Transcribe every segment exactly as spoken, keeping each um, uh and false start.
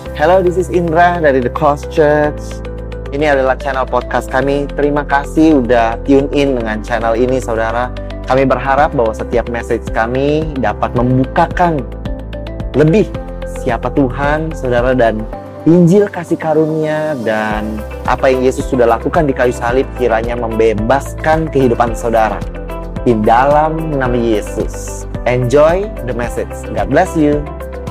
Hello, this is Indra dari The Cross Church. Ini adalah channel podcast kami. Terima kasih udah tune in dengan channel ini, saudara. Kami berharap bahwa setiap message kami dapat membukakan lebih siapa Tuhan, saudara, dan Injil kasih karunia dan apa yang Yesus sudah lakukan di kayu salib kiranya membebaskan kehidupan saudara. Di dalam nama Yesus. Enjoy the message. God bless you.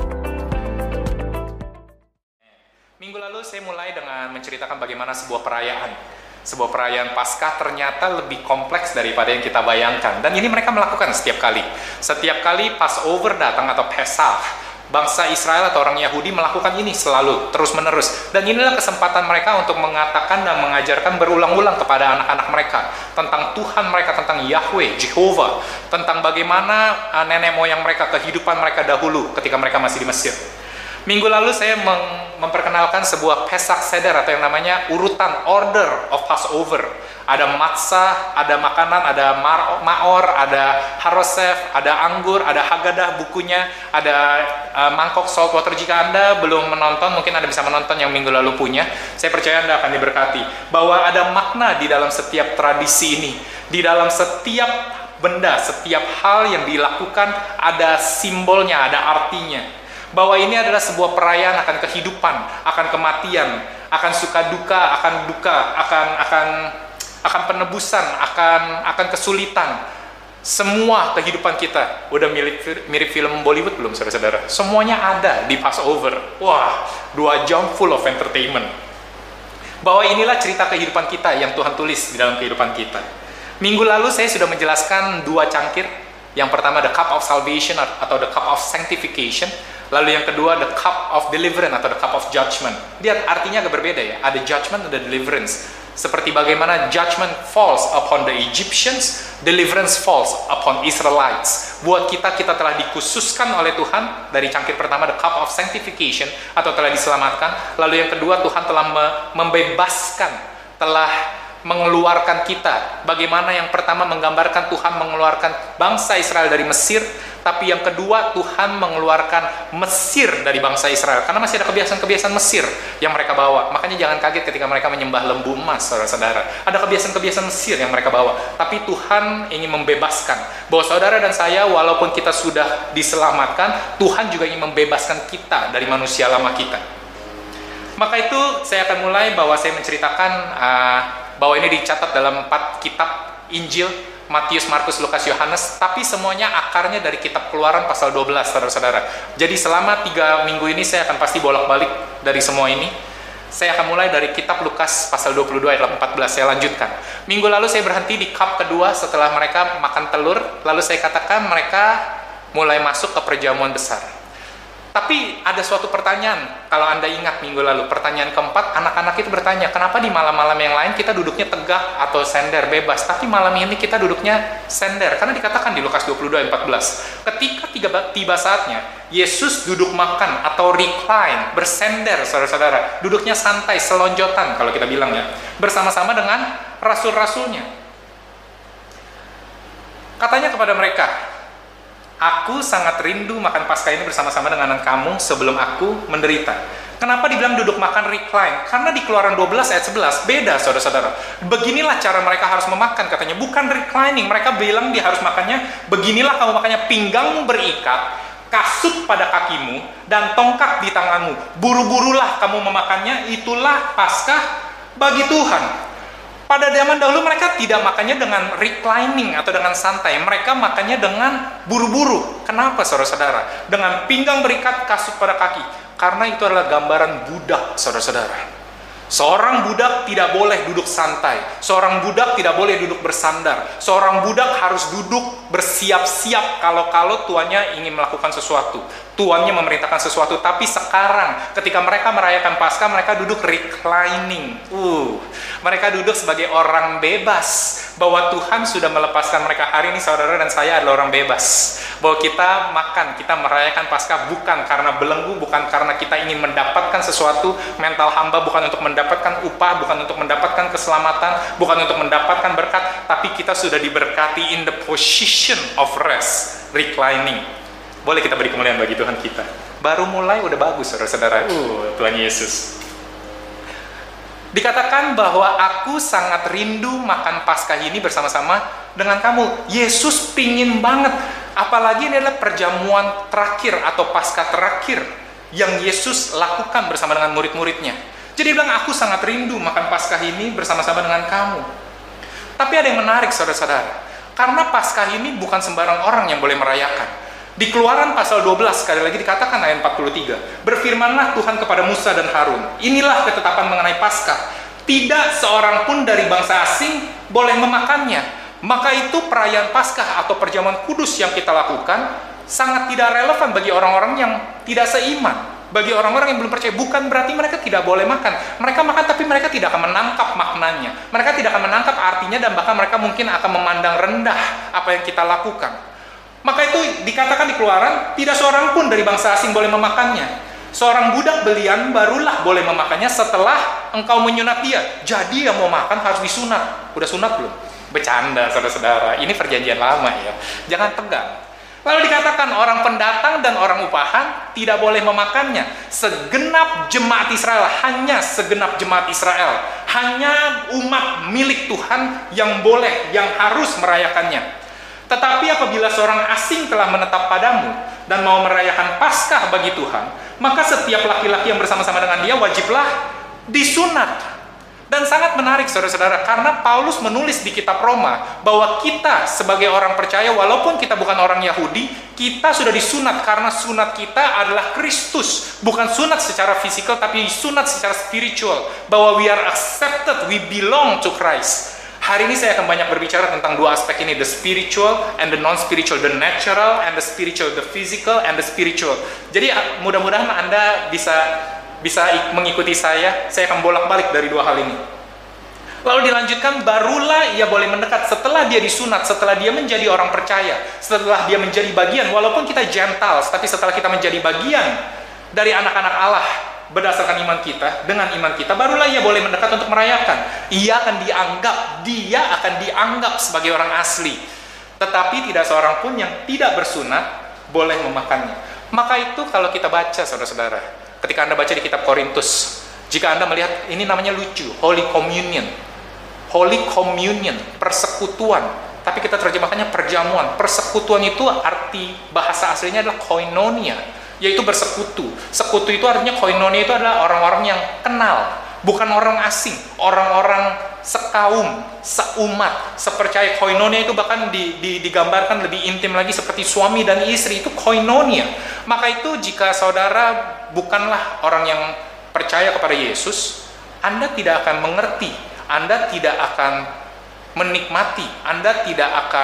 Minggu lalu saya mulai dengan menceritakan bagaimana sebuah perayaan Sebuah perayaan Paskah ternyata lebih kompleks daripada yang kita bayangkan. Dan ini mereka melakukan setiap kali Setiap kali Passover datang atau Pesach, bangsa Israel atau orang Yahudi melakukan ini selalu, terus-menerus. Dan inilah kesempatan mereka untuk mengatakan dan mengajarkan berulang-ulang kepada anak-anak mereka tentang Tuhan mereka, tentang Yahweh, Jehovah, tentang bagaimana uh, nenek moyang mereka, kehidupan mereka dahulu ketika mereka masih di Mesir. Minggu lalu saya mem- memperkenalkan sebuah Pesach Seder atau yang namanya urutan order of Passover. Ada matzah, ada makanan, ada mar- maor, ada harosef, ada anggur, ada hagadah bukunya, ada uh, mangkok salt water. Jika Anda belum menonton, mungkin Anda bisa menonton yang minggu lalu punya. Saya percaya Anda akan diberkati. Bahwa ada makna di dalam setiap tradisi ini. Di dalam setiap benda, setiap hal yang dilakukan ada simbolnya, ada artinya. Bahwa ini adalah sebuah perayaan akan kehidupan, akan kematian, akan suka duka, akan duka, akan akan akan penebusan, akan akan kesulitan. Semua kehidupan kita udah mirip mirip film Bollywood belum, saudara-saudara? Semuanya ada di Passover. Wah, dua jam full of entertainment. Bahwa inilah cerita kehidupan kita yang Tuhan tulis di dalam kehidupan kita. Minggu lalu saya sudah menjelaskan dua cangkir. Yang pertama the cup of salvation atau the cup of sanctification. Lalu yang kedua, the cup of deliverance atau the cup of judgment. Dia artinya agak berbeda ya. Ada judgment, ada deliverance. Seperti bagaimana judgment falls upon the Egyptians, deliverance falls upon Israelites. Buat kita, kita telah dikhususkan oleh Tuhan dari cangkir pertama, the cup of sanctification, atau telah diselamatkan. Lalu yang kedua, Tuhan telah membebaskan, telah mengeluarkan kita. Bagaimana yang pertama menggambarkan Tuhan mengeluarkan bangsa Israel dari Mesir, tapi yang kedua Tuhan mengeluarkan Mesir dari bangsa Israel, karena masih ada kebiasaan-kebiasaan Mesir yang mereka bawa. Makanya jangan kaget ketika mereka menyembah lembu emas, saudara-saudara. Ada kebiasaan-kebiasaan Mesir yang mereka bawa, tapi Tuhan ingin membebaskan. Bahwa saudara dan saya, walaupun kita sudah diselamatkan, Tuhan juga ingin membebaskan kita dari manusia lama kita. Maka itu saya akan mulai bahwa saya menceritakan uh, bahwa ini dicatat dalam empat kitab Injil, Matius, Markus, Lukas, Yohanes, tapi semuanya akarnya dari kitab Keluaran pasal dua belas, saudara-saudara. Jadi selama tiga minggu ini saya akan pasti bolak-balik dari semua ini. Saya akan mulai dari kitab Lukas pasal dua puluh dua ayat empat belas, saya lanjutkan. Minggu lalu saya berhenti di cup kedua setelah mereka makan telur, lalu saya katakan mereka mulai masuk ke perjamuan besar. Tapi ada suatu pertanyaan, kalau Anda ingat minggu lalu, pertanyaan keempat, anak-anak itu bertanya, kenapa di malam-malam yang lain kita duduknya tegak atau sender, bebas, tapi malam ini kita duduknya sender? Karena dikatakan di Lukas dua puluh dua ayat empat belas, ketika tiba, tiba saatnya, Yesus duduk makan atau recline, bersender, saudara-saudara, duduknya santai, selonjotan kalau kita bilang ya, bersama-sama dengan rasul-rasulnya. Katanya kepada mereka, aku sangat rindu makan Paskah ini bersama-sama dengan kamu sebelum aku menderita. Kenapa dibilang duduk makan recline? Karena di Keluaran dua belas ayat sebelas beda, saudara-saudara. Beginilah cara mereka harus memakan, katanya. Bukan reclining, mereka bilang dia harus makannya, beginilah kamu makannya, pinggangmu berikat, kasut pada kakimu, dan tongkat di tanganmu. Buru-burulah kamu memakannya, itulah Paskah bagi Tuhan. Pada zaman dahulu mereka tidak makannya dengan reclining atau dengan santai. Mereka makannya dengan buru-buru. Kenapa, saudara-saudara? Dengan pinggang berikat, kasut pada kaki. Karena itu adalah gambaran budak, saudara-saudara. Seorang budak tidak boleh duduk santai. Seorang budak tidak boleh duduk bersandar. Seorang budak harus duduk bersiap-siap kalau-kalau tuannya ingin melakukan sesuatu. Tuannya memerintahkan sesuatu. Tapi sekarang ketika mereka merayakan Paskah, mereka duduk reclining. Uh, mereka duduk sebagai orang bebas. Bahwa Tuhan sudah melepaskan mereka. Hari ini saudara dan saya adalah orang bebas. Bahwa kita makan, kita merayakan Paskah bukan karena belenggu, bukan karena kita ingin mendapatkan sesuatu. Mental hamba bukan untuk mendapatkan upah, bukan untuk mendapatkan keselamatan, bukan untuk mendapatkan berkat, tapi kita sudah diberkati in the position of rest, reclining. Boleh kita beri kemuliaan bagi Tuhan kita. Baru mulai udah bagus, saudara-saudara. Uh, Tuhan Yesus. Dikatakan bahwa aku sangat rindu makan Paskah ini bersama-sama dengan kamu. Yesus pingin banget. Apalagi ini adalah perjamuan terakhir atau Paskah terakhir yang Yesus lakukan bersama dengan murid-muridnya. Jadi bilang, aku sangat rindu makan Paskah ini bersama-sama dengan kamu. Tapi ada yang menarik, saudara-saudara. Karena Paskah ini bukan sembarang orang yang boleh merayakan. Di Keluaran pasal dua belas, sekali lagi dikatakan ayat empat puluh tiga. Berfirmanlah Tuhan kepada Musa dan Harun. Inilah ketetapan mengenai Paskah. Tidak seorang pun dari bangsa asing boleh memakannya. Maka itu perayaan Paskah atau perjamuan kudus yang kita lakukan sangat tidak relevan bagi orang-orang yang tidak seiman. Bagi orang-orang yang belum percaya, bukan berarti mereka tidak boleh makan. Mereka makan, tapi mereka tidak akan menangkap maknanya. Mereka tidak akan menangkap artinya, dan bahkan mereka mungkin akan memandang rendah apa yang kita lakukan. Maka itu dikatakan di Keluaran, tidak seorang pun dari bangsa asing boleh memakannya. Seorang budak belian barulah boleh memakannya setelah engkau menyunat dia. Jadi yang mau makan harus disunat. Udah sunat belum? Bercanda, saudara-saudara. Ini perjanjian lama ya. Jangan tegang. Lalu dikatakan orang pendatang dan orang upahan tidak boleh memakannya. Segenap jemaat Israel, hanya segenap jemaat Israel, hanya umat milik Tuhan yang boleh, yang harus merayakannya. Tetapi apabila seorang asing telah menetap padamu dan mau merayakan Paskah bagi Tuhan, maka setiap laki-laki yang bersama-sama dengan dia wajiblah disunat. Dan sangat menarik, saudara-saudara, karena Paulus menulis di kitab Roma bahwa kita sebagai orang percaya, walaupun kita bukan orang Yahudi, kita sudah disunat karena sunat kita adalah Kristus. Bukan sunat secara fisikal, tapi sunat secara spiritual. Bahwa we are accepted, we belong to Christ. Hari ini saya akan banyak berbicara tentang dua aspek ini, the spiritual and the non-spiritual, the natural and the spiritual, the physical and the spiritual. Jadi mudah-mudahan Anda bisa bisa mengikuti saya. Saya akan bolak-balik dari dua hal ini. Lalu dilanjutkan, barulah ia boleh mendekat setelah dia disunat, setelah dia menjadi orang percaya, setelah dia menjadi bagian, walaupun kita Gentiles, tapi setelah kita menjadi bagian dari anak-anak Allah, berdasarkan iman kita, dengan iman kita, barulah ia boleh mendekat untuk merayakan. Ia akan dianggap, dia akan dianggap sebagai orang asli. Tetapi tidak seorang pun yang tidak bersunat boleh memakannya. Maka itu kalau kita baca, saudara-saudara, ketika Anda baca di kitab Korintus, jika Anda melihat, ini namanya lucu, Holy Communion. Holy Communion, persekutuan. Tapi kita terjemahkannya perjamuan. Persekutuan itu arti bahasa aslinya adalah koinonia, yaitu bersekutu. Sekutu itu artinya, koinonia itu adalah orang-orang yang kenal, bukan orang asing, orang-orang sekaum, seumat, sepercaya. Koinonia itu bahkan di, di, digambarkan lebih intim lagi seperti suami dan istri, itu koinonia. Maka itu jika saudara bukanlah orang yang percaya kepada Yesus, Anda tidak akan mengerti, Anda tidak akan menikmati, Anda tidak akan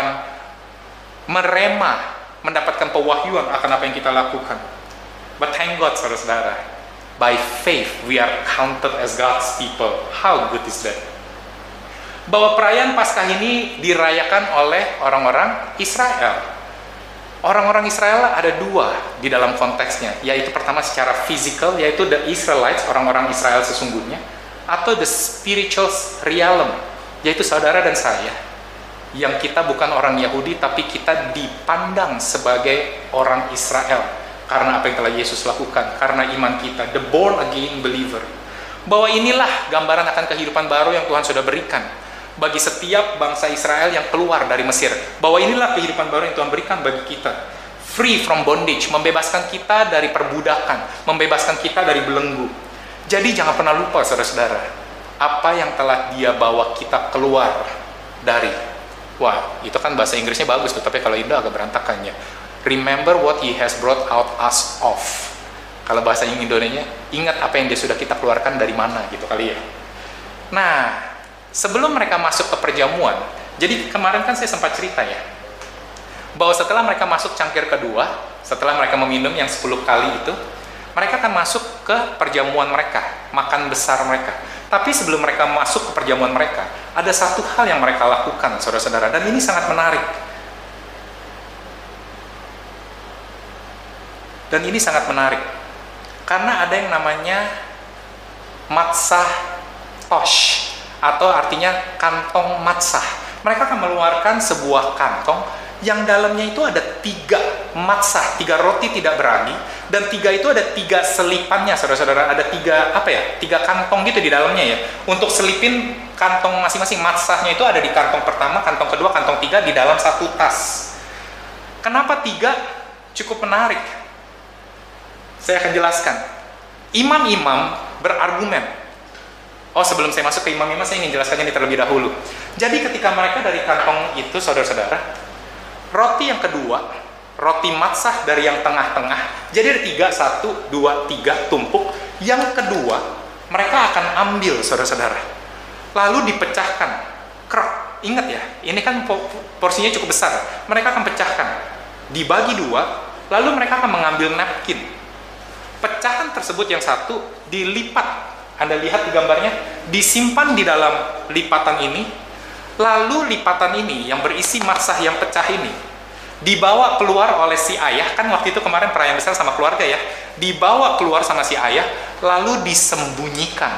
merema, mendapatkan pewahyuan akan apa yang kita lakukan. But thank God, saudara-saudara, by faith we are counted as God's people. How good is that? Bahwa perayaan Paskah ini dirayakan oleh orang-orang Israel. Orang-orang Israel ada dua di dalam konteksnya, yaitu pertama secara fisikal, yaitu the Israelites, orang-orang Israel sesungguhnya, atau the spiritual realm, yaitu saudara dan saya, yang kita bukan orang Yahudi, tapi kita dipandang sebagai orang Israel. Karena apa yang telah Yesus lakukan, karena iman kita, the born again believer. Bahwa inilah gambaran akan kehidupan baru yang Tuhan sudah berikan bagi setiap bangsa Israel yang keluar dari Mesir. Bahwa inilah kehidupan baru yang Tuhan berikan bagi kita. Free from bondage, membebaskan kita dari perbudakan, membebaskan kita dari belenggu. Jadi jangan pernah lupa, saudara-saudara, apa yang telah Dia bawa kita keluar dari. Wah, itu kan bahasa Inggrisnya bagus tuh, tapi kalau Indo agak berantakannya. Remember what He has brought out us of. Kalau bahasa Indonesia, ingat apa yang Dia sudah kita keluarkan dari mana, gitu kali ya. Nah, sebelum mereka masuk ke perjamuan, jadi kemarin kan saya sempat cerita ya, bahwa setelah mereka masuk cangkir kedua, setelah mereka meminum yang sepuluh kali itu, mereka akan masuk ke perjamuan mereka, makan besar mereka. Tapi sebelum mereka masuk ke perjamuan mereka, ada satu hal yang mereka lakukan, saudara-saudara, dan ini sangat menarik. Dan ini sangat menarik, karena ada yang namanya matzah tosh, atau artinya kantong matzah. Mereka akan mengeluarkan sebuah kantong yang dalamnya itu ada tiga matzah, tiga roti tidak beragi, dan tiga itu ada tiga selipannya, saudara-saudara. Ada tiga, apa ya, tiga kantong gitu di dalamnya ya. Untuk selipin kantong masing-masing, matzahnya itu ada di kantong pertama, kantong kedua, kantong tiga, di dalam satu tas. Kenapa tiga? Cukup menarik. Saya akan jelaskan. Imam-imam berargumen. Oh, sebelum saya masuk ke imam-imam, saya ingin jelaskannya ini terlebih dahulu. Jadi ketika mereka dari kantong itu, saudara-saudara, roti yang kedua, roti matzah dari yang tengah-tengah, jadi ada tiga, satu, dua, tiga, tumpuk. Yang kedua, mereka akan ambil, saudara-saudara, lalu dipecahkan. Krek, ingat ya, ini kan porsinya cukup besar. Mereka akan pecahkan, dibagi dua, lalu mereka akan mengambil napkin. Pecahan tersebut yang satu dilipat, Anda lihat di gambarnya, disimpan di dalam lipatan ini. Lalu lipatan ini yang berisi matzah yang pecah ini dibawa keluar oleh si ayah, kan waktu itu kemarin perayaan besar sama keluarga ya, dibawa keluar sama si ayah, lalu disembunyikan.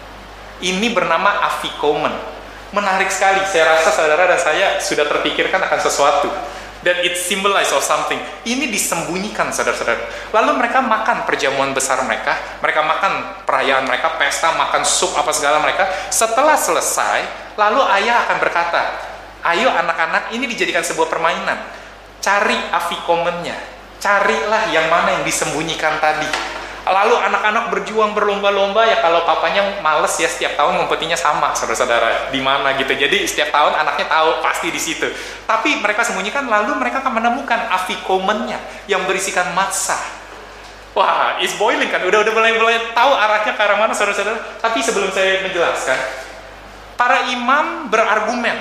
Ini bernama afikomen. Menarik sekali, saya rasa saudara dan saya sudah terpikirkan akan sesuatu, that it symbolize of something. Ini disembunyikan, saudara-saudara. Lalu mereka makan perjamuan besar mereka, mereka makan perayaan mereka, pesta, makan sup, apa segala mereka. Setelah selesai, lalu ayah akan berkata, ayo anak-anak, ini dijadikan sebuah permainan. Cari afikomennya, carilah yang mana yang disembunyikan tadi. Lalu anak-anak berjuang berlomba-lomba ya, kalau papanya males ya setiap tahun ngumpetinya sama, saudara-saudara, di mana gitu. Jadi setiap tahun anaknya tahu pasti di situ. Tapi mereka sembunyikan, lalu mereka akan menemukan afikomennya yang berisikan matzah. Wah, it's boiling kan? Udah udah mulai mulai tahu arahnya ke arah mana, saudara-saudara. Tapi sebelum saya menjelaskan, para imam berargumen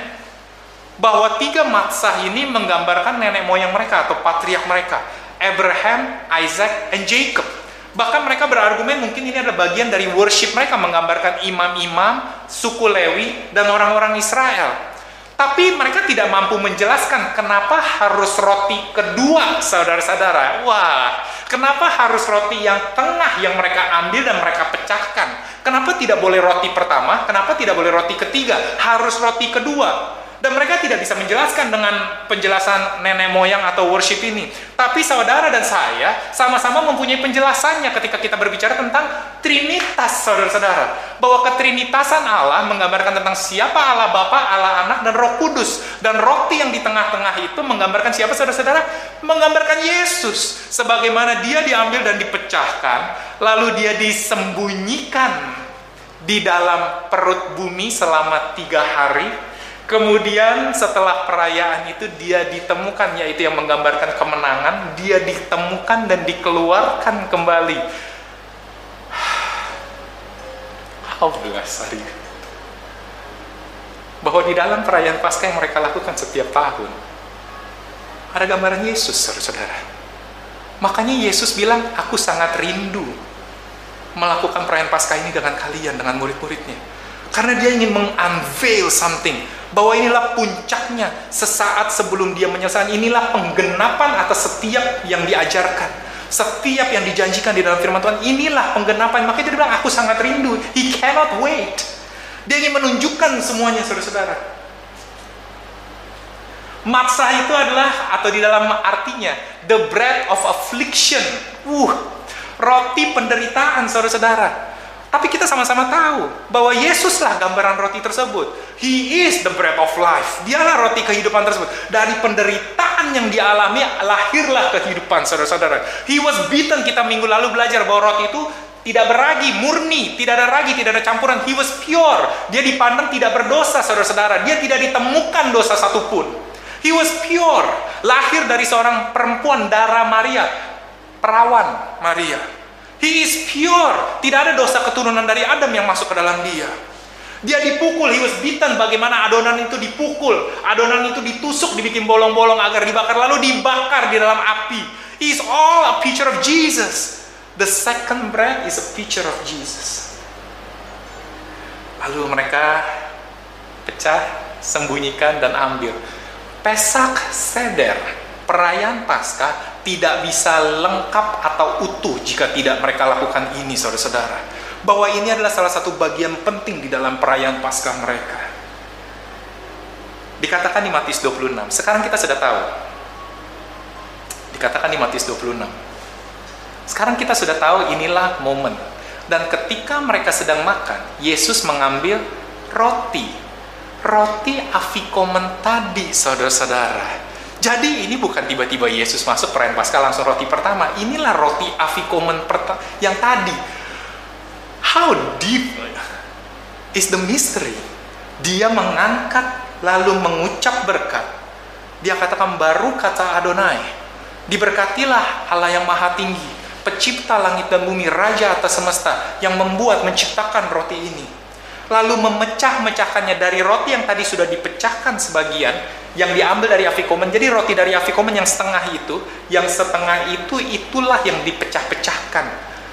bahwa tiga matzah ini menggambarkan nenek moyang mereka atau patriark mereka, Abraham, Isaac, and Jacob. Bahkan mereka berargumen mungkin ini adalah bagian dari worship mereka, menggambarkan imam-imam, suku Lewi, dan orang-orang Israel. Tapi mereka tidak mampu menjelaskan kenapa harus roti kedua, saudara-saudara. Wah, kenapa harus roti yang tengah yang mereka ambil dan mereka pecahkan? Kenapa tidak boleh roti pertama? Kenapa tidak boleh roti ketiga? Harus roti kedua. Dan mereka tidak bisa menjelaskan dengan penjelasan nenek moyang atau worship ini. Tapi saudara dan saya sama-sama mempunyai penjelasannya ketika kita berbicara tentang Trinitas, saudara-saudara. Bahwa ketrinitasan Allah menggambarkan tentang siapa Allah Bapa, Allah Anak, dan Roh Kudus. Dan roti yang di tengah-tengah itu menggambarkan siapa, saudara-saudara? Menggambarkan Yesus. Sebagaimana dia diambil dan dipecahkan, lalu dia disembunyikan di dalam perut bumi selama tiga hari. Kemudian setelah perayaan itu dia ditemukan, yaitu yang menggambarkan kemenangan, dia ditemukan dan dikeluarkan kembali. Alhamdulillah, bahwa di dalam perayaan Paskah yang mereka lakukan setiap tahun ada gambaran Yesus, saudara-saudara. Makanya Yesus bilang, aku sangat rindu melakukan perayaan Paskah ini dengan kalian, dengan murid-muridnya. Karena dia ingin meng-unveil something, bahwa inilah puncaknya sesaat sebelum dia menyelesaikan. Inilah penggenapan atas setiap yang diajarkan, setiap yang dijanjikan di dalam firman Tuhan. Inilah penggenapan. Makanya dia bilang, aku sangat rindu. He cannot wait. Dia ingin menunjukkan semuanya, saudara-saudara. Matzah itu adalah, atau di dalam artinya, the bread of affliction. Uh, roti penderitaan, saudara-saudara. Tapi kita sama-sama tahu bahwa Yesuslah gambaran roti tersebut. He is the bread of life. Dialah roti kehidupan tersebut. Dari penderitaan yang dialami, lahirlah kehidupan, saudara-saudara. He was beaten, kita minggu lalu belajar bahwa roti itu tidak beragi, murni, tidak ada ragi, tidak ada campuran. He was pure. Dia dipandang tidak berdosa, saudara-saudara. Dia tidak ditemukan dosa satupun. He was pure. Lahir dari seorang perempuan darah Maria, perawan Maria. He is pure. Tidak ada dosa keturunan dari Adam yang masuk ke dalam dia. Dia dipukul, he was beaten. Bagaimana adonan itu dipukul, adonan itu ditusuk, dibikin bolong-bolong agar dibakar, lalu dibakar di dalam api. He is all a picture of Jesus. The second bread is a picture of Jesus. Lalu mereka pecah, sembunyikan, dan ambil. Pesak Seder, perayaan Paskah, tidak bisa lengkap atau utuh jika tidak mereka lakukan ini, saudara-saudara. Bahwa ini adalah salah satu bagian penting di dalam perayaan Paskah mereka. Dikatakan di Matius dua puluh enam, sekarang kita sudah tahu Dikatakan di Matius dua puluh enam. Sekarang kita sudah tahu inilah momen. Dan ketika mereka sedang makan, Yesus mengambil roti. Roti afikomen tadi, saudara-saudara. Jadi ini bukan tiba-tiba Yesus masuk perayaan Paskah langsung roti pertama. Inilah roti afikomen pertama yang tadi. How deep is the mystery? Dia mengangkat lalu mengucap berkat. Dia katakan baru kata Adonai. Diberkatilah Allah yang maha tinggi, pencipta langit dan bumi, raja atas semesta, yang membuat, menciptakan roti ini. Lalu memecah-mecahkannya dari roti yang tadi sudah dipecahkan sebagian, yang diambil dari afikomen. Jadi roti dari afikomen yang setengah itu, yang setengah itu, itulah yang dipecah-pecahkan.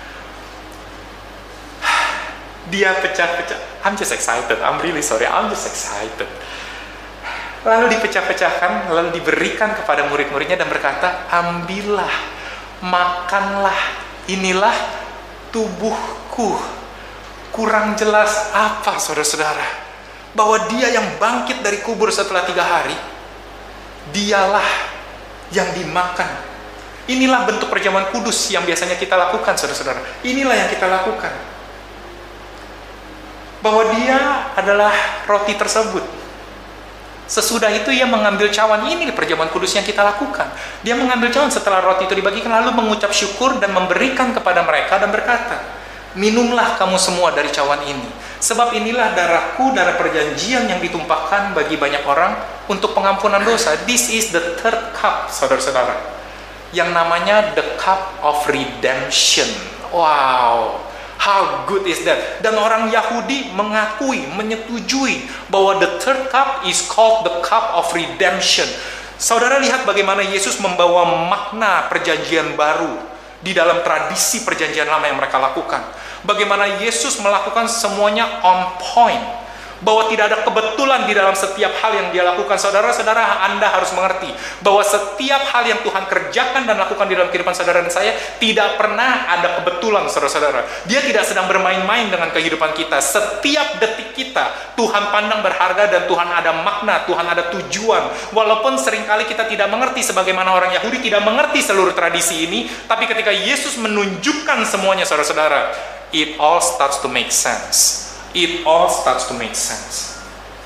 Dia pecah-pecah. I'm just excited. I'm really sorry. I'm just excited. Lalu dipecah-pecahkan, lalu diberikan kepada murid-muridnya dan berkata, ambillah, makanlah, inilah tubuhku. Kurang jelas apa, saudara-saudara? Bahwa dia yang bangkit dari kubur setelah tiga hari, dialah yang dimakan. Inilah bentuk perjamuan kudus yang biasanya kita lakukan, saudara-saudara. Inilah yang kita lakukan. Bahwa dia adalah roti tersebut. Sesudah itu ia mengambil cawan. Ini perjamuan kudus yang kita lakukan. Dia mengambil cawan setelah roti itu dibagikan, lalu mengucap syukur dan memberikan kepada mereka dan berkata, minumlah kamu semua dari cawan ini, sebab inilah darahku, darah perjanjian yang ditumpahkan bagi banyak orang untuk pengampunan dosa. This is the third cup, saudara-saudara, yang namanya the cup of redemption. Wow, how good is that? Dan orang Yahudi mengakui, menyetujui bahwa the third cup is called the cup of redemption. Saudara lihat bagaimana Yesus membawa makna perjanjian baru di dalam tradisi perjanjian lama yang mereka lakukan. Bagaimana Yesus melakukan semuanya on point. Bahwa tidak ada kebetulan di dalam setiap hal yang dia lakukan. Saudara-saudara, Anda harus mengerti bahwa setiap hal yang Tuhan kerjakan dan lakukan di dalam kehidupan saudara dan saya, tidak pernah ada kebetulan, saudara-saudara. Dia tidak sedang bermain-main dengan kehidupan kita. Setiap detik kita, Tuhan pandang berharga dan Tuhan ada makna, Tuhan ada tujuan. Walaupun seringkali kita tidak mengerti, sebagaimana orang Yahudi tidak mengerti seluruh tradisi ini, tapi ketika Yesus menunjukkan semuanya, saudara-saudara, it all starts to make sense. It all starts to make sense.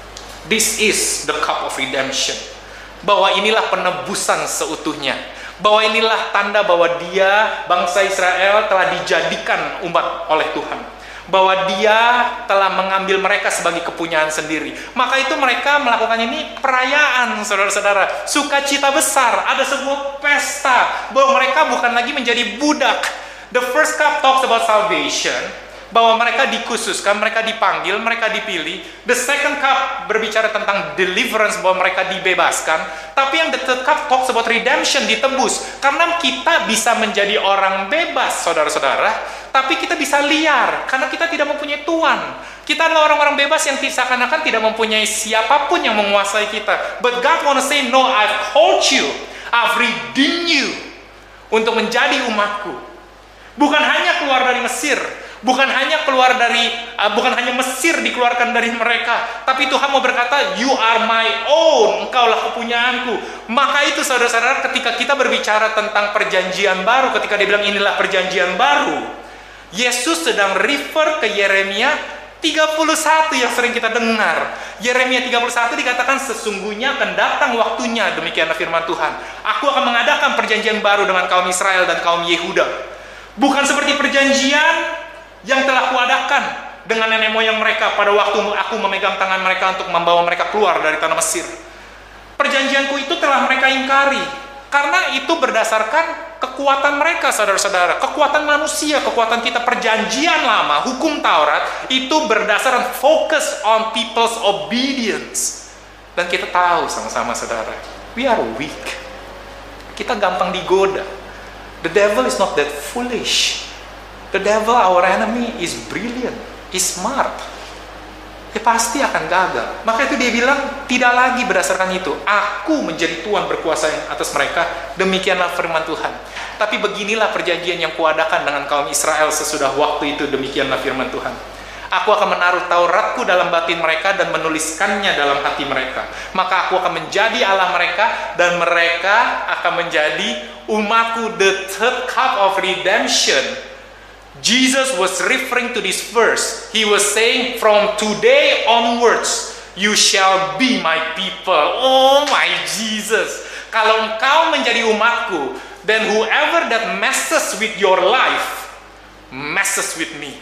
This is the cup of redemption. Bahwa inilah penebusan seutuhnya. Bahwa inilah tanda bahwa dia, bangsa Israel, telah dijadikan umat oleh Tuhan. Bahwa dia telah mengambil mereka sebagai kepunyaan sendiri. Maka itu mereka melakukan ini perayaan, saudara-saudara. Sukacita besar, ada sebuah pesta. Bahwa mereka bukan lagi menjadi budak. The first cup talks about salvation. Bahwa mereka dikhususkan, mereka dipanggil, mereka dipilih. The second cup berbicara tentang deliverance, bahwa mereka dibebaskan. Tapi yang the third cup talks about redemption, ditebus. Karena kita bisa menjadi orang bebas, saudara-saudara, tapi kita bisa liar, karena kita tidak mempunyai Tuhan. Kita adalah orang-orang bebas yang seakan-akan tidak mempunyai siapapun yang menguasai kita. But God want to say, no, I've called you, I've redeemed you, untuk menjadi umatku. Bukan hanya keluar dari Mesir, bukan hanya keluar dari, uh, bukan hanya Mesir dikeluarkan dari mereka, tapi Tuhan mau berkata, you are my own, engkaulah kepunyaanku. Maka itu saudara-saudara, ketika kita berbicara tentang perjanjian baru, ketika dia bilang inilah perjanjian baru, Yesus sedang refer ke Yeremia tiga puluh satu yang sering kita dengar. Yeremia tiga puluh satu dikatakan, sesungguhnya akan datang waktunya, demikianlah firman Tuhan, aku akan mengadakan perjanjian baru dengan kaum Israel dan kaum Yehuda. Bukan seperti perjanjian yang telah kuadakan dengan nenek moyang mereka pada waktu aku memegang tangan mereka untuk membawa mereka keluar dari tanah Mesir. Perjanjianku itu telah mereka ingkari, karena itu berdasarkan kekuatan mereka, saudara-saudara. Kekuatan manusia, kekuatan kita. Perjanjian lama, hukum Taurat, itu berdasarkan focus on people's obedience. Dan kita tahu sama-sama, saudara, we are weak. Kita gampang digoda. The devil is not that foolish. The devil, our enemy, is brilliant, is smart. Dia pasti akan gagal. Maka itu dia bilang, tidak lagi berdasarkan itu. Aku menjadi Tuhan berkuasa atas mereka. Demikianlah firman Tuhan. Tapi beginilah perjanjian yang kuadakan dengan kaum Israel sesudah waktu itu. Demikianlah firman Tuhan. Aku akan menaruh Tauratku dalam batin mereka dan menuliskannya dalam hati mereka. Maka aku akan menjadi Allah mereka dan mereka akan menjadi umatku. The third cup of redemption. Jesus was referring to this verse. He was saying, from today onwards, you shall be my people. Oh my Jesus. Kalau engkau menjadi umatku, then whoever that messes with your life, messes with me.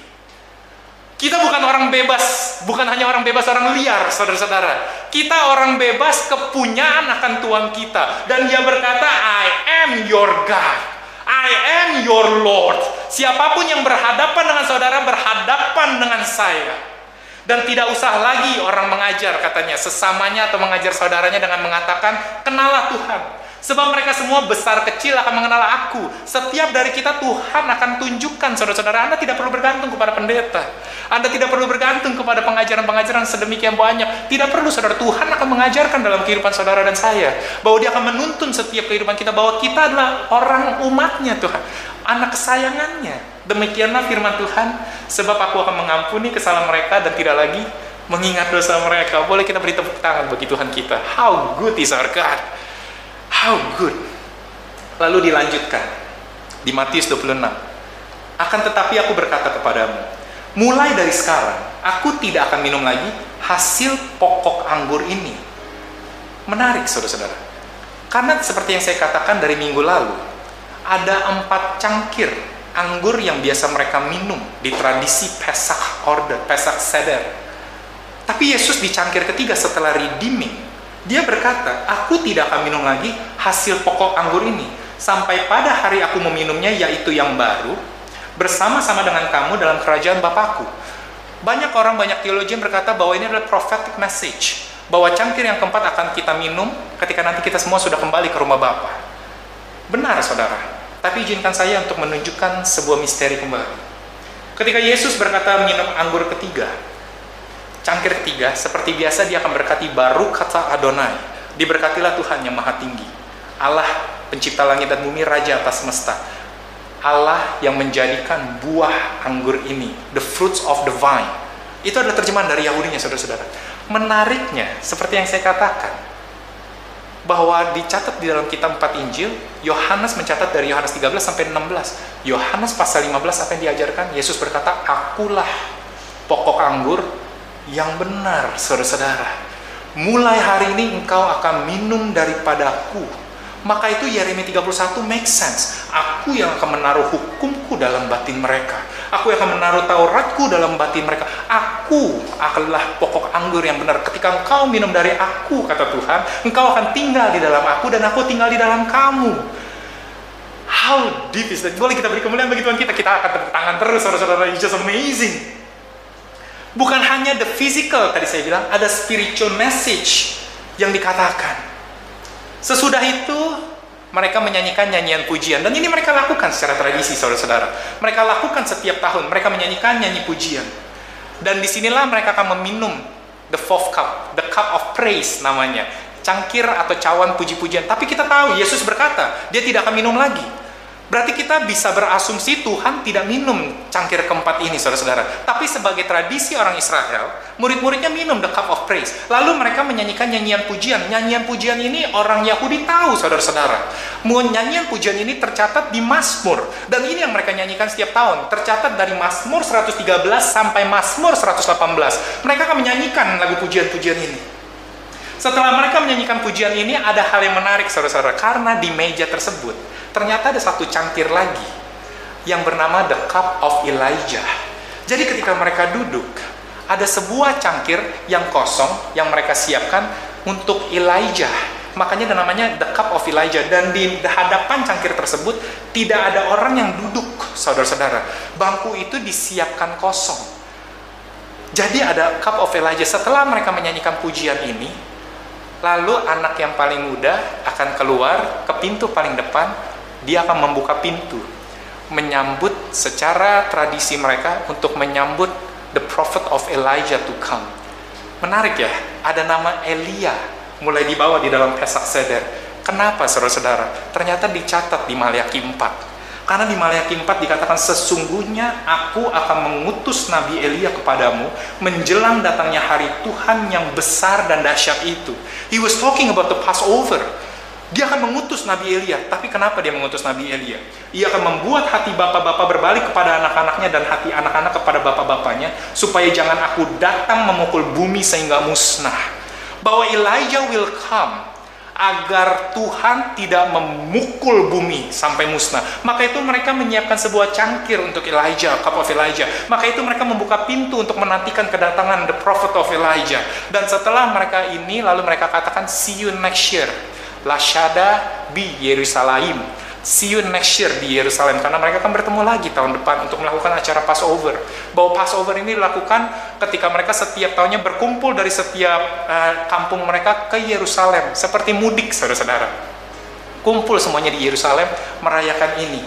Kita bukan orang bebas, bukan hanya orang bebas, orang liar, saudara-saudara. Kita orang bebas kepunyaan akan Tuhan kita. Dan dia berkata, I am your God. I am your Lord. Siapapun yang berhadapan dengan saudara, berhadapan dengan saya. Dan tidak usah lagi orang mengajar, katanya, sesamanya atau mengajar saudaranya dengan mengatakan, kenalah Tuhan. Sebab mereka semua besar kecil akan mengenal aku. Setiap dari kita Tuhan akan tunjukkan, saudara-saudara. Anda tidak perlu bergantung kepada pendeta. Anda tidak perlu bergantung kepada pengajaran-pengajaran sedemikian banyak. Tidak perlu, saudara. Tuhan akan mengajarkan dalam kehidupan saudara dan saya. Bahwa dia akan menuntun setiap kehidupan kita. Bahwa kita adalah orang umatnya Tuhan. Anak kesayangannya. Demikianlah firman Tuhan. Sebab aku akan mengampuni kesalahan mereka dan tidak lagi mengingat dosa mereka. Boleh kita beri tepuk tangan bagi Tuhan kita. How good is our God. How good. Lalu dilanjutkan di Matius dua puluh enam. Akan tetapi aku berkata kepadamu, mulai dari sekarang aku tidak akan minum lagi hasil pokok anggur ini. Menarik, saudara-saudara. Karena seperti yang saya katakan dari minggu lalu, ada empat cangkir anggur yang biasa mereka minum di tradisi Pesach order, Pesach Seder. Tapi Yesus di cangkir ketiga setelah redeeming, dia berkata, aku tidak akan minum lagi hasil pokok anggur ini sampai pada hari aku meminumnya, yaitu yang baru, bersama-sama dengan kamu dalam kerajaan Bapakku. Banyak orang, banyak teologian berkata bahwa ini adalah prophetic message, bahwa cangkir yang keempat akan kita minum ketika nanti kita semua sudah kembali ke rumah Bapa. Benar, saudara. Tapi izinkan saya untuk menunjukkan sebuah misteri kembali. Ketika Yesus berkata minum anggur ketiga, cangkir ketiga, seperti biasa dia akan berkati baru kata Adonai. Diberkatilah Tuhan yang maha tinggi, Allah pencipta langit dan bumi, Raja atas semesta, Allah yang menjadikan buah anggur ini, the fruits of the vine. Itu adalah terjemahan dari Yahudinya, saudara-saudara. Menariknya, seperti yang saya katakan, bahwa dicatat di dalam kitab empat Injil, Yohanes mencatat dari Yohanes tiga belas sampai enam belas. Yohanes pasal lima belas apa yang diajarkan? Yesus berkata, akulah pokok anggur yang benar, saudara-saudara. Mulai hari ini engkau akan minum daripadaku. Maka itu Yeremia tiga puluh satu make sense. Aku yang akan menaruh hukumku dalam batin mereka. Aku yang akan menaruh Tauratku dalam batin mereka. Aku adalah pokok anggur yang benar. Ketika engkau minum dari aku, kata Tuhan, engkau akan tinggal di dalam aku dan aku tinggal di dalam kamu. How deep is that? Boleh kita beri kemuliaan bagi Tuhan kita. Kita akan tepuk tangan terus, saudara-saudara. It's just amazing. Bukan hanya the physical, tadi saya bilang, ada spiritual message yang dikatakan. Sesudah itu, mereka menyanyikan nyanyian pujian. Dan ini mereka lakukan secara tradisi, saudara-saudara. Mereka lakukan setiap tahun. Mereka menyanyikan nyanyi pujian. Dan disinilah mereka akan meminum the fourth cup, the cup of praise namanya. Cangkir atau cawan puji-pujian. Tapi kita tahu, Yesus berkata, dia tidak akan minum lagi. Berarti kita bisa berasumsi Tuhan tidak minum cangkir keempat ini, saudara-saudara. Tapi sebagai tradisi orang Israel, murid-muridnya minum the cup of praise. Lalu mereka menyanyikan nyanyian pujian. Nyanyian pujian ini orang Yahudi tahu, saudara-saudara. Nyanyian pujian ini tercatat di Mazmur. Dan ini yang mereka nyanyikan setiap tahun. Tercatat dari Mazmur seratus tiga belas sampai Mazmur seratus delapan belas. Mereka akan menyanyikan lagu pujian-pujian ini. Setelah mereka menyanyikan pujian ini, ada hal yang menarik, saudara-saudara. Karena di meja tersebut, ternyata ada satu cangkir lagi yang bernama the cup of Elijah. Jadi ketika mereka duduk, ada sebuah cangkir yang kosong yang mereka siapkan untuk Elijah. Makanya namanya the cup of Elijah. Dan di hadapan cangkir tersebut tidak ada orang yang duduk, saudara-saudara. Bangku itu disiapkan kosong. Jadi ada cup of Elijah. Setelah mereka menyanyikan pujian ini, lalu anak yang paling muda akan keluar ke pintu paling depan. Dia akan membuka pintu, menyambut secara tradisi mereka untuk menyambut the prophet of Elijah to come. Menarik ya, ada nama Elia mulai dibawa di dalam Pesach Seder. Kenapa, saudara-saudara? Ternyata dicatat di Maliaki empat. Karena di Maleakhi empat dikatakan, sesungguhnya aku akan mengutus Nabi Elia kepadamu menjelang datangnya hari Tuhan yang besar dan dahsyat itu. He was talking about the Passover. Dia akan mengutus Nabi Elia. Tapi kenapa dia mengutus Nabi Elia? Ia akan membuat hati bapak-bapak berbalik kepada anak-anaknya dan hati anak-anak kepada bapak-bapaknya, supaya jangan aku datang memukul bumi sehingga musnah. Bahwa Elijah will come agar Tuhan tidak memukul bumi sampai musnah. Maka itu mereka menyiapkan sebuah cangkir untuk Elijah, cup of Elijah. Maka itu mereka membuka pintu untuk menantikan kedatangan the prophet of Elijah. Dan setelah mereka ini, lalu mereka katakan, see you next year. Lashada bi Yerusalem. See you next year di Yerusalem. Karena mereka akan bertemu lagi tahun depan untuk melakukan acara Passover. Bahwa Passover ini dilakukan ketika mereka setiap tahunnya berkumpul dari setiap uh, kampung mereka ke Yerusalem. Seperti mudik, saudara-saudara. Kumpul semuanya di Yerusalem merayakan ini.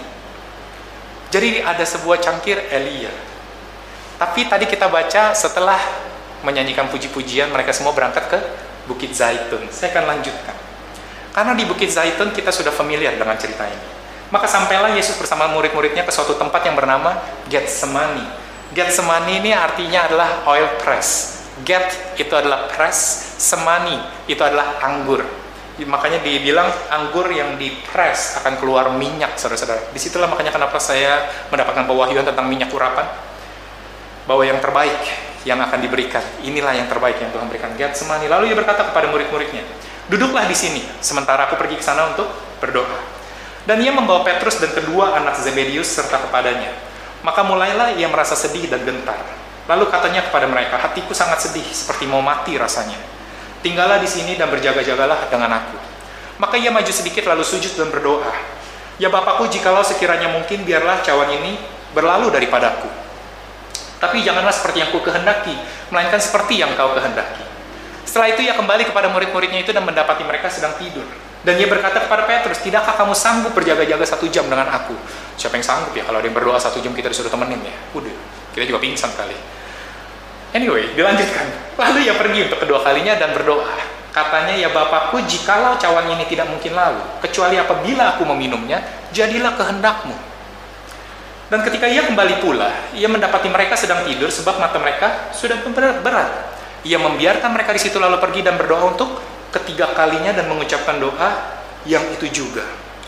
Jadi ada sebuah cangkir Elia. Tapi tadi kita baca setelah menyanyikan puji-pujian, mereka semua berangkat ke Bukit Zaitun. Saya akan lanjutkan. Karena di Bukit Zaitun kita sudah familiar dengan cerita ini. Maka sampailah Yesus bersama murid-muridnya ke suatu tempat yang bernama Getsemani. Getsemani ini artinya adalah oil press. Get itu adalah press, semani itu adalah anggur. Makanya dibilang anggur yang di press akan keluar minyak, saudara-saudara. Disitulah makanya kenapa saya mendapatkan pewahyuan tentang minyak urapan. Bahwa yang terbaik yang akan diberikan, inilah yang terbaik yang Tuhan berikan. Getsemani. Lalu ia berkata kepada murid-muridnya, duduklah di sini, sementara aku pergi ke sana untuk berdoa. Dan ia membawa Petrus dan kedua anak Zebedius serta kepadanya. Maka mulailah ia merasa sedih dan gentar. Lalu katanya kepada mereka, hatiku sangat sedih, seperti mau mati rasanya. Tinggallah di sini dan berjaga-jagalah dengan aku. Maka ia maju sedikit lalu sujud dan berdoa. Ya Bapakku, jikalau sekiranya mungkin, biarlah cawan ini berlalu daripadaku. Tapi janganlah seperti yang ku kehendaki, melainkan seperti yang kau kehendaki. Setelah itu ia kembali kepada murid-muridnya itu dan mendapati mereka sedang tidur. Dan ia berkata kepada Petrus, tidakkah kamu sanggup berjaga-jaga satu jam dengan aku? Siapa yang sanggup ya? Kalau ada yang berdoa satu jam kita disuruh temenin ya? Udah, kita juga pingsan kali. Anyway, dilanjutkan. Lalu ia pergi untuk kedua kalinya dan berdoa. Katanya, ya Bapakku, jikalau cawan ini tidak mungkin lalu, kecuali apabila aku meminumnya, jadilah kehendakmu. Dan ketika ia kembali pula, ia mendapati mereka sedang tidur sebab mata mereka sudah berat. Ia membiarkan mereka di situ lalu pergi dan berdoa untuk ketiga kalinya dan mengucapkan doa yang itu juga.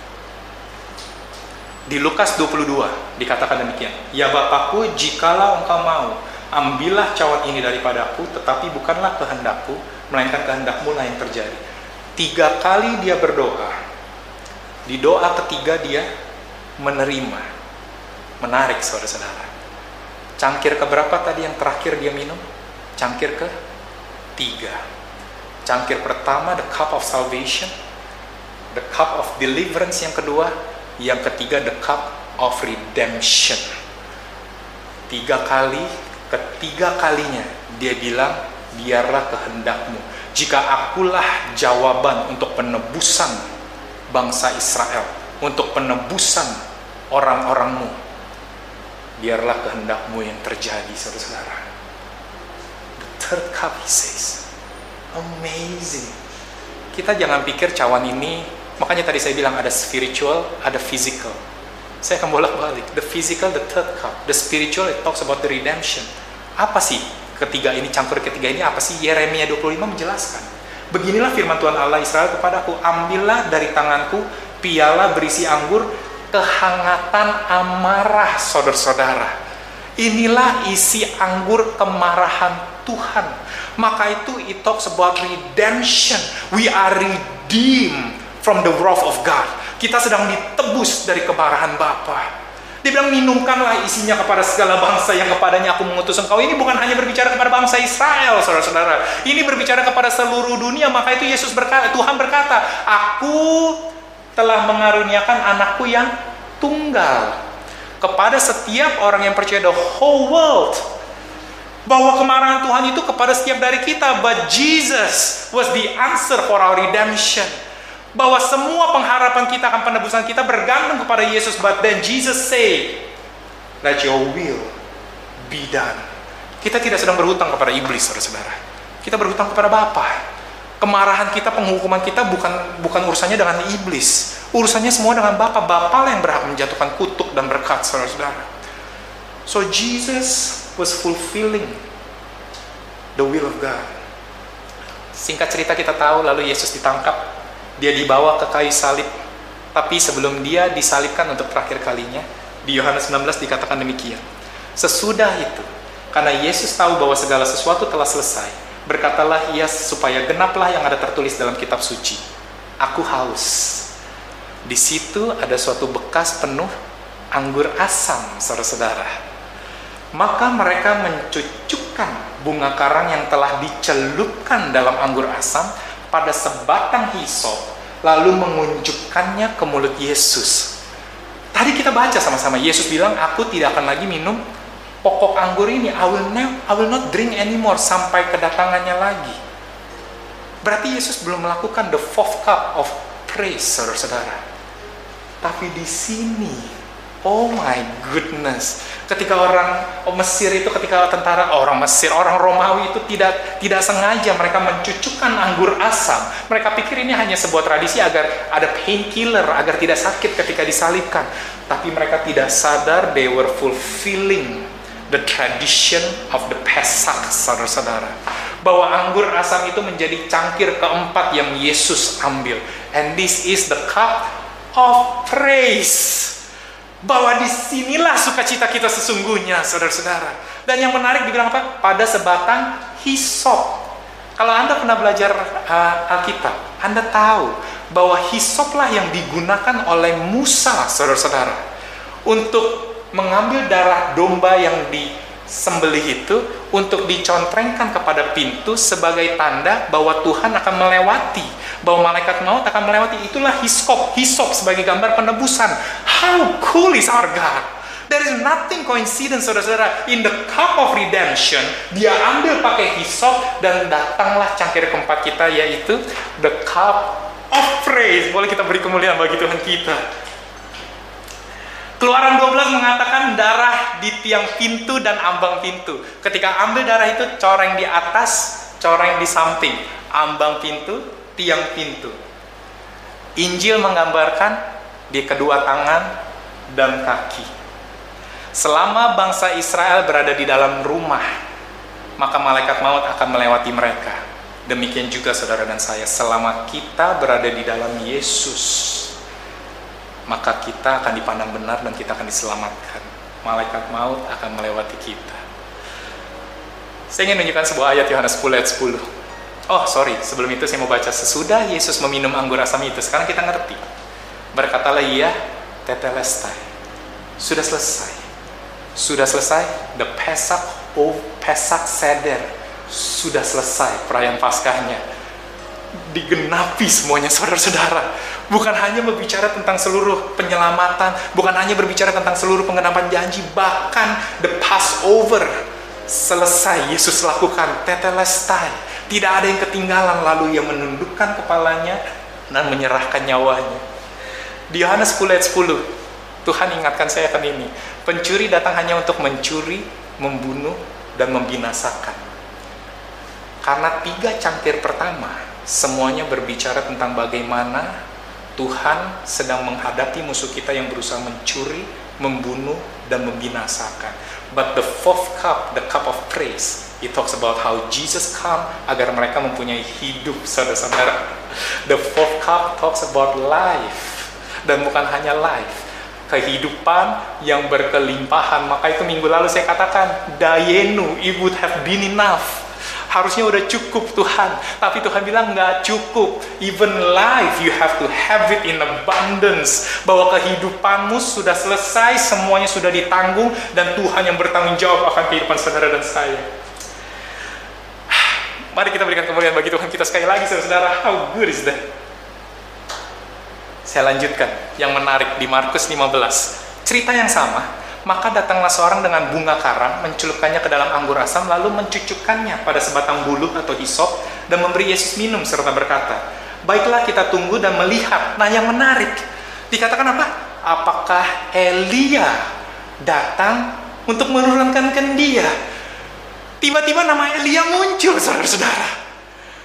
Di Lukas dua puluh dua dikatakan demikian. Ya Bapakku, jikalau engkau mau, ambillah cawan ini daripadaku, tetapi bukanlah kehendakku, melainkan kehendakmu lah yang terjadi. Tiga kali dia berdoa. Di doa ketiga dia menerima. Menarik, saudara-saudara. Cangkir keberapa tadi yang terakhir dia minum? Cangkir ke tiga. Cangkir pertama, the cup of salvation. The cup of deliverance yang kedua. Yang ketiga, the cup of redemption. Tiga kali, ketiga kalinya dia bilang, biarlah kehendakmu. Jika akulah jawaban untuk penebusan bangsa Israel, untuk penebusan orang-orangmu, biarlah kehendakmu yang terjadi, saudara-saudara. The third cup, he says. Amazing. Kita jangan pikir cawan ini, makanya tadi saya bilang ada spiritual, ada physical. Saya akan bolak-balik. The physical, the third cup. The spiritual, it talks about the redemption. Apa sih ketiga ini, cangkur ketiga ini apa sih? Yeremia dua puluh lima menjelaskan. Beginilah firman Tuhan Allah Israel kepadaku, ambillah dari tanganku piala berisi anggur kehangatan amarah saudara-saudara. Inilah isi anggur kemarahan Tuhan. Maka itu it talks about redemption. We are redeemed from the wrath of God. Kita sedang ditebus dari kemarahan Bapa. Dia bilang, minumkanlah isinya kepada segala bangsa yang kepadanya aku mengutus engkau. Ini bukan hanya berbicara kepada bangsa Israel, saudara-saudara. Ini berbicara kepada seluruh dunia. Maka itu Yesus berkata, Tuhan berkata, aku telah mengaruniakan anakku yang tunggal kepada setiap orang yang percaya, the whole world. Bahwa kemarahan Tuhan itu kepada setiap dari kita. But Jesus was the answer for our redemption. Bahwa semua pengharapan kita akan penebusan kita bergantung kepada Yesus. But then Jesus say, let your will be done. Kita tidak sedang berhutang kepada iblis, saudara-saudara. Kita berhutang kepada Bapa. Kemarahan kita, penghukuman kita bukan bukan urusannya dengan iblis. Urusannya semua dengan Bapa. Bapa lah yang berhak menjatuhkan kutuk dan berkat, saudara-saudara. So Jesus was fulfilling the will of God. Singkat cerita kita tahu, lalu Yesus ditangkap. Dia dibawa ke kayu salib. Tapi sebelum dia disalibkan untuk terakhir kalinya, di Yohanes sembilan belas dikatakan demikian. Sesudah itu, karena Yesus tahu bahwa segala sesuatu telah selesai, berkatalah ia supaya genaplah yang ada tertulis dalam kitab suci. Aku haus. Di situ ada suatu bekas penuh anggur asam, saudara-saudara. Maka mereka mencucukkan bunga karang yang telah dicelupkan dalam anggur asam pada sebatang hisop, lalu mengunjukkannya ke mulut Yesus. Tadi kita baca sama-sama, Yesus bilang, aku tidak akan lagi minum pokok anggur ini. I will, ne- I will not drink anymore sampai kedatangannya lagi. Berarti Yesus belum melakukan the fourth cup of praise, saudara-saudara. Tapi di sini, oh my goodness, ketika orang Mesir itu, ketika tentara orang Mesir, orang Romawi itu tidak tidak sengaja mereka mencucukkan anggur asam. Mereka pikir ini hanya sebuah tradisi agar ada painkiller, agar tidak sakit ketika disalibkan. Tapi mereka tidak sadar they were fulfilling the tradition of the Pesach, saudara-saudara. Bahwa anggur asam itu menjadi cangkir keempat yang Yesus ambil. And this is the cup of praise. Bahwa disinilah sukacita kita sesungguhnya, saudara-saudara. Dan yang menarik dibilang apa? Pada sebatang hisop. Kalau Anda pernah belajar uh, Alkitab, Anda tahu bahwa hisoplah yang digunakan oleh Musa, saudara-saudara, untuk mengambil darah domba yang disembelih itu untuk dicontrengkan kepada pintu sebagai tanda bahwa Tuhan akan melewati, bahwa malaikat maut akan melewati. Itulah hisop, hisop sebagai gambar penebusan. How cool is our God? There is nothing coincidence, saudara-saudara. In the cup of redemption, dia ambil pakai hisop dan datanglah cangkir keempat kita, yaitu the cup of praise. Boleh kita beri kemuliaan bagi Tuhan kita. Keluaran dua belas mengatakan darah di tiang pintu dan ambang pintu. Ketika ambil darah itu, coreng di atas, coreng di samping. Ambang pintu, tiang pintu. Injil menggambarkan di kedua tangan dan kaki. Selama bangsa Israel berada di dalam rumah, maka malaikat maut akan melewati mereka. Demikian juga saudara dan saya, selama kita berada di dalam Yesus, maka kita akan dipandang benar dan kita akan diselamatkan. Malaikat maut akan melewati kita. Saya ingin menunjukkan sebuah ayat Yohanes sepuluh ayat sepuluh. Oh sorry, sebelum itu saya mau baca. Sesudah Yesus meminum anggur asam itu, sekarang kita ngerti. Berkatalah ia, tetelestai. Sudah selesai. Sudah selesai. The Pesach, oh Pesach Seder. Sudah selesai perayaan Paskahnya. Digenapi semuanya, saudara-saudara. Bukan hanya berbicara tentang seluruh penyelamatan, bukan hanya berbicara tentang seluruh penggenapan janji, bahkan the Passover selesai Yesus lakukan, tetelestai. Tidak ada yang ketinggalan, lalu ia menundukkan kepalanya dan menyerahkan nyawanya. Di Yohanes sepuluh ayat sepuluh, Tuhan ingatkan saya akan ini. Pencuri datang hanya untuk mencuri, membunuh, dan membinasakan. Karena tiga cangkir pertama semuanya berbicara tentang bagaimana Tuhan sedang menghadapi musuh kita yang berusaha mencuri, membunuh, dan membinasakan. But the fourth cup, the cup of praise, it talks about how Jesus come agar mereka mempunyai hidup, saudara-saudara. The fourth cup talks about life, dan bukan hanya life, kehidupan yang berkelimpahan. Maka itu minggu lalu saya katakan, dayenu, it would have been enough. Harusnya udah cukup Tuhan, tapi Tuhan bilang nggak cukup. Even life you have to have it in abundance. Bahwa kehidupanmu sudah selesai, semuanya sudah ditanggung, dan Tuhan yang bertanggung jawab akan kehidupan saudara dan saya. Mari kita berikan kemuliaan bagi Tuhan kita sekali lagi, saudara. How good is that? Saya lanjutkan yang menarik di Markus lima belas. Cerita yang sama. Maka datanglah seorang dengan bunga karang, mencelupkannya ke dalam anggur asam, lalu mencucukkannya pada sebatang buluh atau hisop, dan memberi Yesus minum, serta berkata, baiklah kita tunggu dan melihat. Nah yang menarik, dikatakan apa? Apakah Elia datang untuk menurunkan dia? Tiba-tiba nama Elia muncul, saudara-saudara.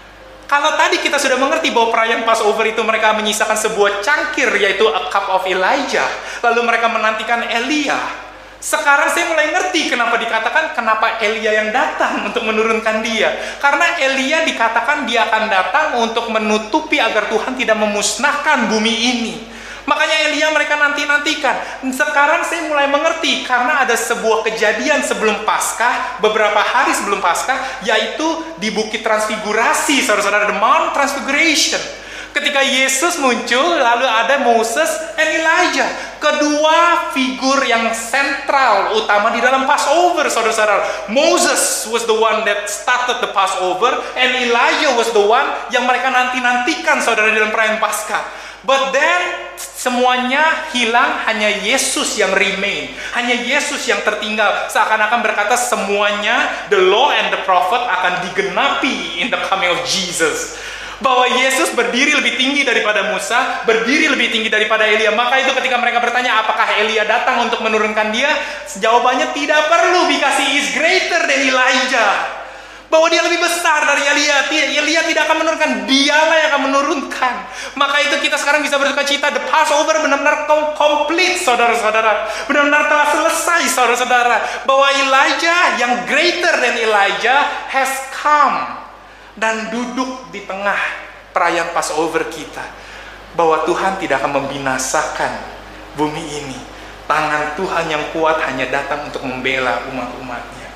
Kalau tadi kita sudah mengerti bahwa perayaan Passover itu mereka menyisakan sebuah cangkir, yaitu a cup of Elijah. Lalu mereka menantikan Elia. Sekarang saya mulai ngerti kenapa dikatakan kenapa Elia yang datang untuk menurunkan dia. Karena Elia dikatakan dia akan datang untuk menutupi agar Tuhan tidak memusnahkan bumi ini. Makanya Elia mereka nanti-nantikan. Sekarang saya mulai mengerti karena ada sebuah kejadian sebelum Paskah, beberapa hari sebelum Paskah, yaitu di Bukit Transfigurasi, saudara-saudara, the Mount Transfiguration. Ketika Yesus muncul, lalu ada Moses and Elijah. Kedua figur yang sentral, utama di dalam Passover, saudara-saudara. Moses was the one that started the Passover, and Elijah was the one yang mereka nanti-nantikan, saudara, di dalam perayaan Paskah. But then semuanya hilang, hanya Yesus yang remain, hanya Yesus yang tertinggal. Seakan-akan berkata semuanya, the law and the prophet akan digenapi in the coming of Jesus. Bahwa Yesus berdiri lebih tinggi daripada Musa, berdiri lebih tinggi daripada Elia. Maka itu ketika mereka bertanya apakah Elia datang untuk menurunkan dia, jawabannya tidak perlu, because he is greater than Elijah. Bahwa dia lebih besar dari Elia. Elia tidak akan menurunkan, dialah yang akan menurunkan. Maka itu kita sekarang bisa bersuka cita. The Passover benar-benar komplit, saudara-saudara. Benar-benar telah selesai, saudara-saudara. Bahwa Elijah yang greater than Elijah has come dan duduk di tengah perayaan Passover kita. Bahwa Tuhan tidak akan membinasakan bumi ini. Tangan Tuhan yang kuat hanya datang untuk membela umat-umatnya.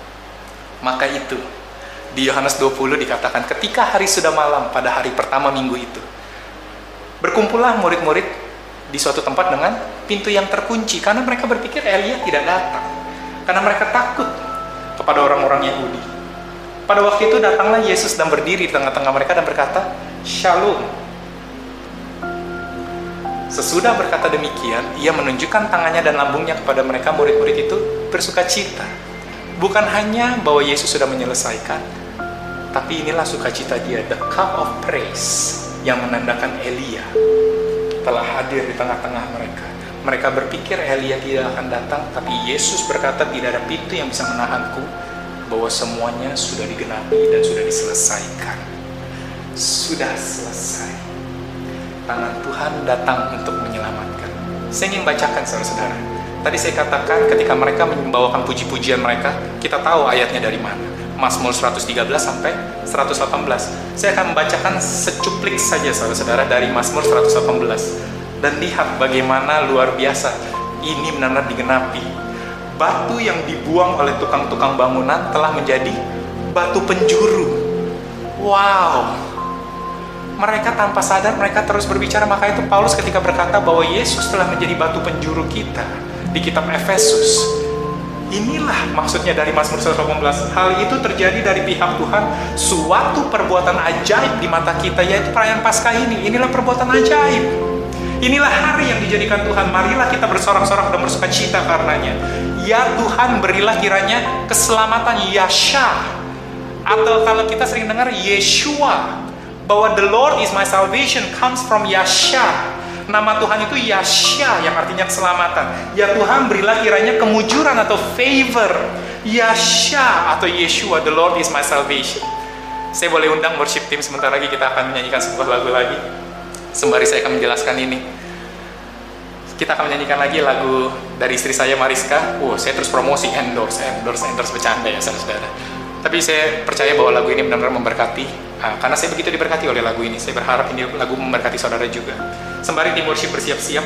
Maka itu di Yohanes dua puluh dikatakan ketika hari sudah malam pada hari pertama minggu itu, berkumpullah murid-murid di suatu tempat dengan pintu yang terkunci, karena mereka berpikir Elia tidak datang, karena mereka takut kepada orang-orang Yahudi. Pada waktu itu datanglah Yesus dan berdiri di tengah-tengah mereka dan berkata, Shalom. Sesudah berkata demikian, ia menunjukkan tangannya dan lambungnya kepada mereka. Murid-murid itu bersuka cita. Bukan hanya bahwa Yesus sudah menyelesaikan, tapi inilah sukacita dia, the cup of praise, yang menandakan Elia telah hadir di tengah-tengah mereka. Mereka berpikir Elia tidak akan datang, tapi Yesus berkata tidak ada pintu yang bisa menahanku, bahwa semuanya sudah digenapi dan sudah diselesaikan. Sudah selesai. Tangan Tuhan datang untuk menyelamatkan. Saya ingin bacakan, saudara-saudara. Tadi saya katakan ketika mereka membawakan puji-pujian mereka, kita tahu ayatnya dari mana. Mazmur seratus tiga belas sampai seratus delapan belas. Saya akan membacakan secuplik saja, saudara-saudara, dari Mazmur seratus delapan belas. Dan lihat bagaimana luar biasa ini benar-benar digenapi. Batu yang dibuang oleh tukang-tukang bangunan telah menjadi batu penjuru. Wow. Mereka tanpa sadar, mereka terus berbicara. Maka itu Paulus ketika berkata bahwa Yesus telah menjadi batu penjuru kita di kitab Efesus. Inilah maksudnya dari Mazmur seratus delapan belas. Hal itu terjadi dari pihak Tuhan, suatu perbuatan ajaib di mata kita, yaitu perayaan Paskah ini. Inilah perbuatan ajaib. Inilah hari yang dijadikan Tuhan. Marilah kita bersorak-sorak dan bersuka cita karenanya. Ya Tuhan, berilah kiranya keselamatan, Yasha. Atau kalau kita sering dengar Yeshua, bahwa the Lord is my salvation comes from Yasha. Nama Tuhan itu Yasha, yang artinya keselamatan. Ya Tuhan, berilah kiranya kemujuran atau favor, Yasha atau Yeshua, the Lord is my salvation. Saya boleh undang worship team sebentar lagi, kita akan menyanyikan sebuah lagu lagi. Sembari saya akan menjelaskan ini, kita akan menyanyikan lagi lagu dari istri saya, Mariska. Oh, saya terus promosi, endorse, endorse, endorse, bercanda ya saudara-saudara. Tapi saya percaya bahwa lagu ini benar-benar memberkati. Nah, karena saya begitu diberkati oleh lagu ini, saya berharap ini lagu memberkati saudara juga. Sembari tim worship bersiap-siap,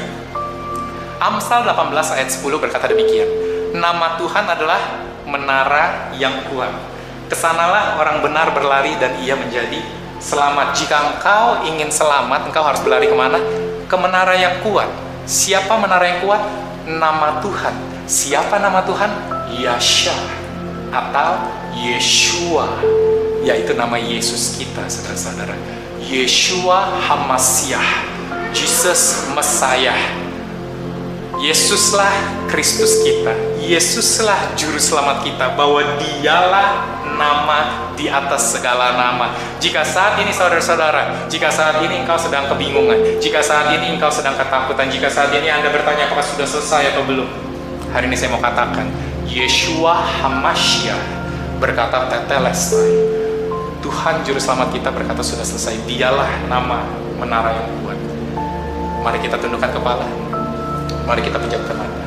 Amsal delapan belas ayat sepuluh berkata demikian. Nama Tuhan adalah menara yang kuat. Kesanalah orang benar berlari dan ia menjadi selamat. Jika engkau ingin selamat, engkau harus berlari kemana? Ke menara yang kuat. Siapa menara yang kuat? Nama Tuhan. Siapa nama Tuhan? Yasha atau Yeshua, yaitu nama Yesus kita, saudara-saudara. Yeshua Hamasyah, Jesus Messiah. Yesuslah Kristus kita, Yesuslah Juru Selamat kita, bahwa dialah nama di atas segala nama. Jika saat ini saudara-saudara, jika saat ini engkau sedang kebingungan, jika saat ini engkau sedang ketakutan, jika saat ini Anda bertanya apakah sudah selesai atau belum, hari ini saya mau katakan, Yeshua Hamasyah berkata tetelestai, Tuhan Juru Selamat kita berkata sudah selesai. Dialah nama menara yang kuat. Mari kita tundukkan kepala. Mari kita pejamkan mata.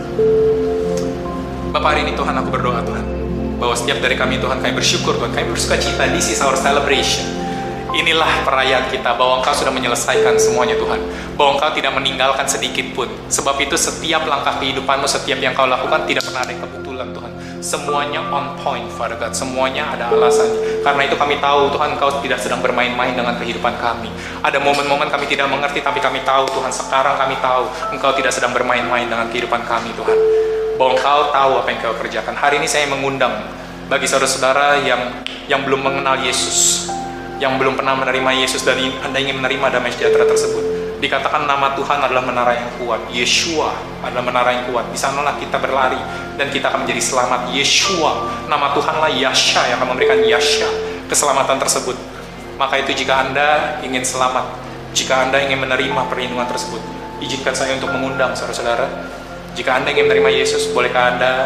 Bapak, hari ini Tuhan aku berdoa Tuhan, bahwa setiap dari kami Tuhan, kami bersyukur Tuhan, kami bersuka cita. This is our celebration. Inilah perayaan kita, bahwa Engkau sudah menyelesaikan semuanya Tuhan, bahwa Engkau tidak meninggalkan sedikit pun. Sebab itu setiap langkah kehidupanmu, setiap yang Kau lakukan tidak pernah ada yang kebetulan Tuhan. Semuanya on point Father God, semuanya ada alasannya. Karena itu kami tahu Tuhan, Engkau tidak sedang bermain-main dengan kehidupan kami. Ada momen-momen kami tidak mengerti, tapi kami tahu Tuhan, sekarang kami tahu Engkau tidak sedang bermain-main dengan kehidupan kami Tuhan, bahwa Engkau tahu apa yang Kau kerjakan. Hari ini saya mengundang bagi saudara-saudara yang yang belum mengenal Yesus, yang belum pernah menerima Yesus, dan Anda ingin menerima damai sejahtera tersebut. Dikatakan nama Tuhan adalah menara yang kuat. Yeshua adalah menara yang kuat. Di sanalah kita berlari dan kita akan menjadi selamat. Yeshua, nama Tuhanlah Yasha yang akan memberikan Yasha, keselamatan tersebut. Maka itu jika Anda ingin selamat, jika Anda ingin menerima perlindungan tersebut, izinkan saya untuk mengundang saudara-saudara. Jika Anda ingin menerima Yesus, bolehkah Anda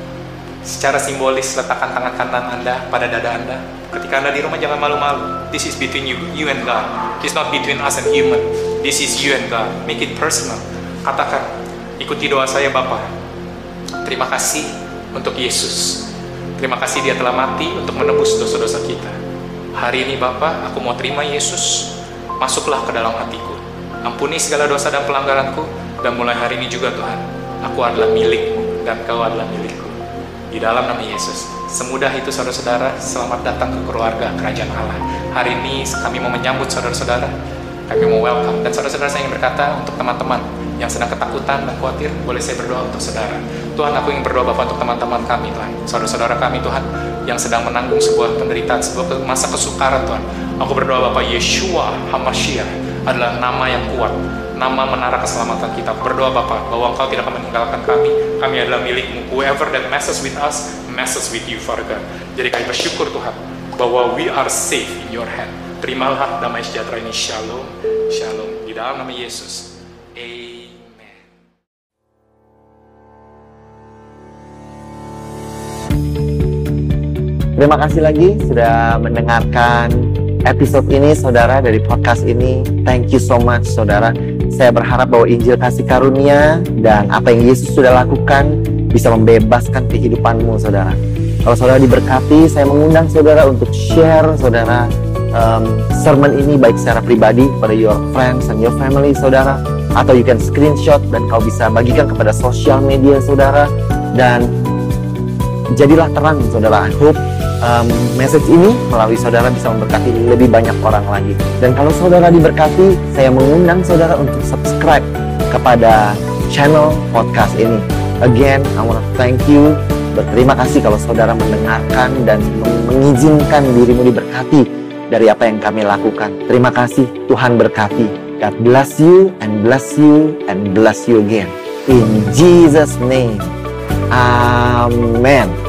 secara simbolis letakkan tangan kanan Anda pada dada Anda? Ketika Anda di rumah, jangan malu-malu. This is between you, you and God. It's not between us and human. This is you and God. Make it personal. Katakan, ikuti doa saya Bapa. Terima kasih untuk Yesus. Terima kasih Dia telah mati untuk menebus dosa-dosa kita. Hari ini Bapa, aku mau terima Yesus. Masuklah ke dalam hatiku. Ampuni segala dosa dan pelanggaranku. Dan mulai hari ini juga Tuhan, aku adalah milik-Mu dan Kau adalah milikku. Di dalam nama Yesus. Semudah itu saudara-saudara, selamat datang ke keluarga kerajaan Allah. Hari ini kami mau menyambut saudara-saudara, kami mau welcome. Dan saudara-saudara, saya ingin berkata untuk teman-teman yang sedang ketakutan dan khawatir, boleh saya berdoa untuk saudara. Tuhan, aku ingin berdoa Bapak untuk teman-teman kami Tuhan, saudara-saudara kami Tuhan, yang sedang menanggung sebuah penderitaan, sebuah masa kesukaran Tuhan. Aku berdoa Bapak, Yeshua HaMashiach adalah nama yang kuat, nama menara keselamatan kita. Aku berdoa Bapak, bahwa Engkau tidak akan meninggalkan kami. Kami adalah milik-Mu. Whoever that messes with us, messes with you, Father God. Jadi kami bersyukur Tuhan, bahwa we are safe in your hand. Terimalah damai sejahtera ini. Shalom, shalom. Di dalam nama Yesus. Amen. Terima kasih lagi sudah mendengarkan episode ini, saudara, dari podcast ini. Thank you so much, saudara. Saya berharap bahwa Injil kasih karunia dan apa yang Yesus sudah lakukan bisa membebaskan kehidupanmu, saudara. Kalau saudara diberkati, saya mengundang saudara untuk share, saudara, um, sermon ini baik secara pribadi kepada your friends and your family, saudara, atau you can screenshot dan kau bisa bagikan kepada sosial media, saudara. Dan jadilah terang, saudara. I hope um, message ini melalui saudara bisa memberkati lebih banyak orang lagi. Dan kalau saudara diberkati, saya mengundang saudara untuk subscribe kepada channel podcast ini. Again, I want to thank you. Berterima kasih kalau saudara mendengarkan dan mengizinkan dirimu diberkati dari apa yang kami lakukan. Terima kasih, Tuhan berkati. God bless you and bless you and bless you again. In Jesus' name. Amen.